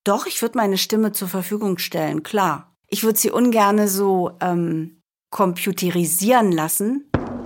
Doch, ich würde meine Stimme zur Verfügung stellen, klar. Ich würde sie ungerne so computerisieren lassen.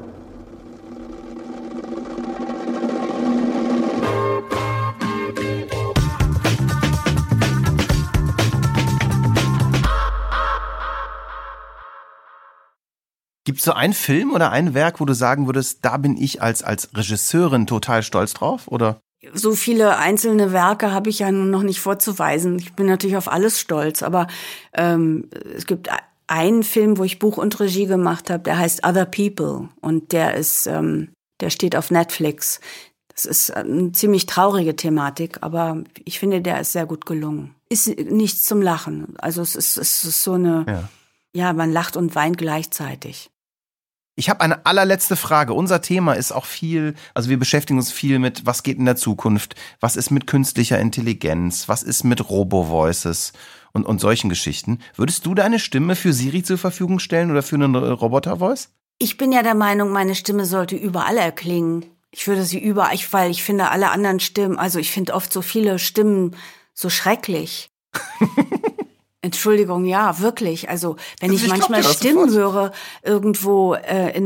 Gibt es so einen Film oder ein Werk, wo du sagen würdest, da bin ich als Regisseurin total stolz drauf, oder? So viele einzelne Werke habe ich ja nun noch nicht vorzuweisen. Ich bin natürlich auf alles stolz, aber es gibt einen Film, wo ich Buch und Regie gemacht habe, der heißt Other People und der steht auf Netflix. Das ist eine ziemlich traurige Thematik, aber ich finde, der ist sehr gut gelungen. Ist nichts zum Lachen. Also es ist so eine, ja, man lacht und weint gleichzeitig. Ich habe eine allerletzte Frage. Unser Thema ist auch viel, also wir beschäftigen uns viel mit, was geht in der Zukunft, was ist mit künstlicher Intelligenz, was ist mit Robo-Voices und solchen Geschichten. Würdest du deine Stimme für Siri zur Verfügung stellen oder für einen Roboter-Voice? Ich bin ja der Meinung, meine Stimme sollte überall erklingen. Ich würde sie überall, weil ich finde alle anderen Stimmen, also ich finde oft so viele Stimmen so schrecklich. Entschuldigung, ja, wirklich. Also wenn ich manchmal Stimmen höre irgendwo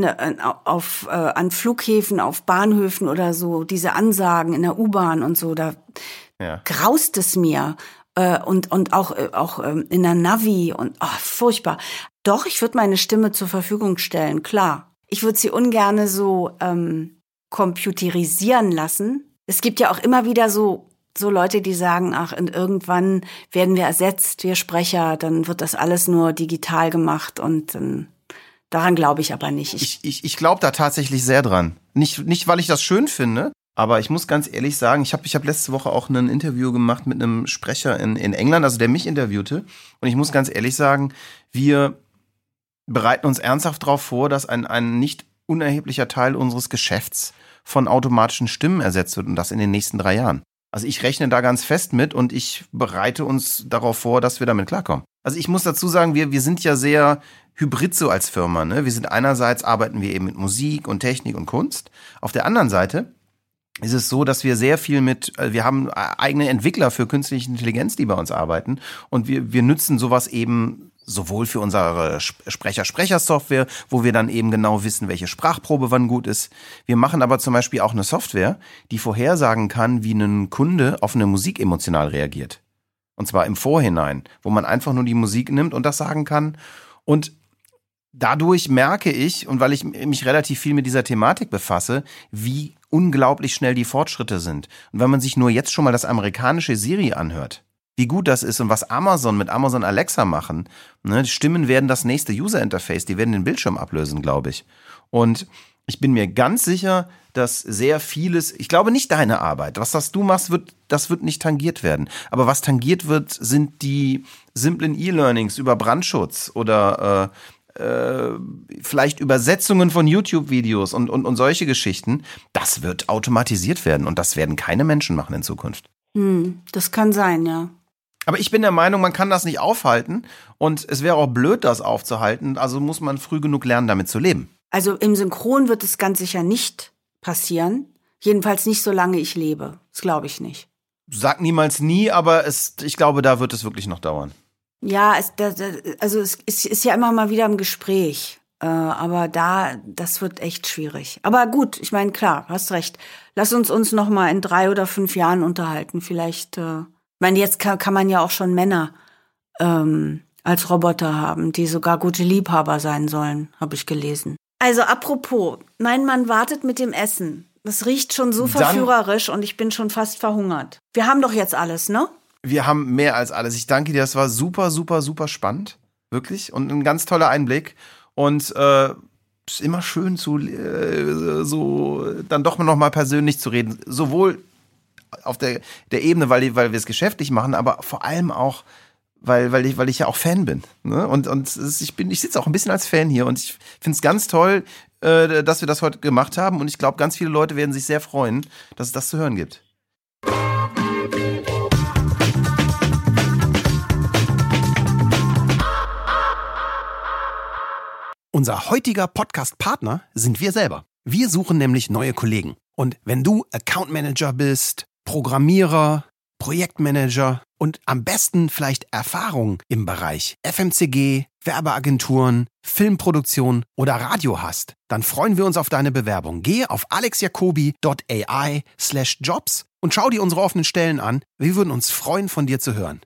an Flughäfen, auf Bahnhöfen oder so, diese Ansagen in der U-Bahn und so, da graust es mir. Und auch in der Navi und furchtbar. Doch, ich würde meine Stimme zur Verfügung stellen, klar. Ich würde sie ungerne so computerisieren lassen. Es gibt ja auch immer wieder so Leute, die sagen, und irgendwann werden wir ersetzt, wir Sprecher, dann wird das alles nur digital gemacht und daran glaube ich aber nicht. Ich glaube da tatsächlich sehr dran. Nicht, weil ich das schön finde, aber ich muss ganz ehrlich sagen, ich hab letzte Woche auch ein Interview gemacht mit einem Sprecher in England, also der mich interviewte, und ich muss ganz ehrlich sagen, wir bereiten uns ernsthaft darauf vor, dass ein nicht unerheblicher Teil unseres Geschäfts von automatischen Stimmen ersetzt wird und das in den nächsten 3 Jahren. Also ich rechne da ganz fest mit und ich bereite uns darauf vor, dass wir damit klarkommen. Also ich muss dazu sagen, wir sind ja sehr hybrid so als Firma, ne? Wir sind einerseits, arbeiten wir eben mit Musik und Technik und Kunst. Auf der anderen Seite ist es so, dass wir sehr viel wir haben eigene Entwickler für künstliche Intelligenz, die bei uns arbeiten und wir nützen sowas eben sowohl für unsere Sprecher-Software, wo wir dann eben genau wissen, welche Sprachprobe wann gut ist. Wir machen aber zum Beispiel auch eine Software, die vorhersagen kann, wie ein Kunde auf eine Musik emotional reagiert. Und zwar im Vorhinein, wo man einfach nur die Musik nimmt und das sagen kann. Und dadurch merke ich, und weil ich mich relativ viel mit dieser Thematik befasse, wie unglaublich schnell die Fortschritte sind. Und wenn man sich nur jetzt schon mal das amerikanische Siri anhört, wie gut das ist und was Amazon mit Amazon Alexa machen. Ne, die Stimmen werden das nächste User-Interface, die werden den Bildschirm ablösen, glaube ich. Und ich bin mir ganz sicher, dass sehr vieles, ich glaube nicht deine Arbeit, was du machst, das wird nicht tangiert werden. Aber was tangiert wird, sind die simplen E-Learnings über Brandschutz oder vielleicht Übersetzungen von YouTube-Videos und solche Geschichten. Das wird automatisiert werden und das werden keine Menschen machen in Zukunft. Das kann sein, ja. Aber ich bin der Meinung, man kann das nicht aufhalten und es wäre auch blöd, das aufzuhalten. Also muss man früh genug lernen, damit zu leben. Also im Synchron wird es ganz sicher nicht passieren. Jedenfalls nicht, solange ich lebe. Das glaube ich nicht. Sag niemals nie, aber ich glaube, da wird es wirklich noch dauern. Ja, es ist ja immer mal wieder im Gespräch. Aber das wird echt schwierig. Aber gut, ich meine, klar, hast recht. Lass uns noch mal in 3 oder 5 Jahren unterhalten. Vielleicht, ich meine, jetzt kann man ja auch schon Männer als Roboter haben, die sogar gute Liebhaber sein sollen, habe ich gelesen. Also apropos, mein Mann wartet mit dem Essen. Das riecht schon so verführerisch und ich bin schon fast verhungert. Wir haben doch jetzt alles, ne? Wir haben mehr als alles. Ich danke dir, das war super, super, super spannend. Wirklich. Und ein ganz toller Einblick. Und ist immer schön so dann doch noch mal persönlich zu reden. Sowohl auf der Ebene, weil wir es geschäftlich machen, aber vor allem auch, weil ich ja auch Fan bin. Ne? Und ich sitze auch ein bisschen als Fan hier und ich finde es ganz toll, dass wir das heute gemacht haben. Und ich glaube, ganz viele Leute werden sich sehr freuen, dass es das zu hören gibt. Unser heutiger Podcast-Partner sind wir selber. Wir suchen nämlich neue Kollegen. Und wenn du Account Manager bist, Programmierer, Projektmanager und am besten vielleicht Erfahrung im Bereich FMCG, Werbeagenturen, Filmproduktion oder Radio hast, dann freuen wir uns auf deine Bewerbung. Gehe auf alexjacobi.ai/jobs und schau dir unsere offenen Stellen an. Wir würden uns freuen, von dir zu hören.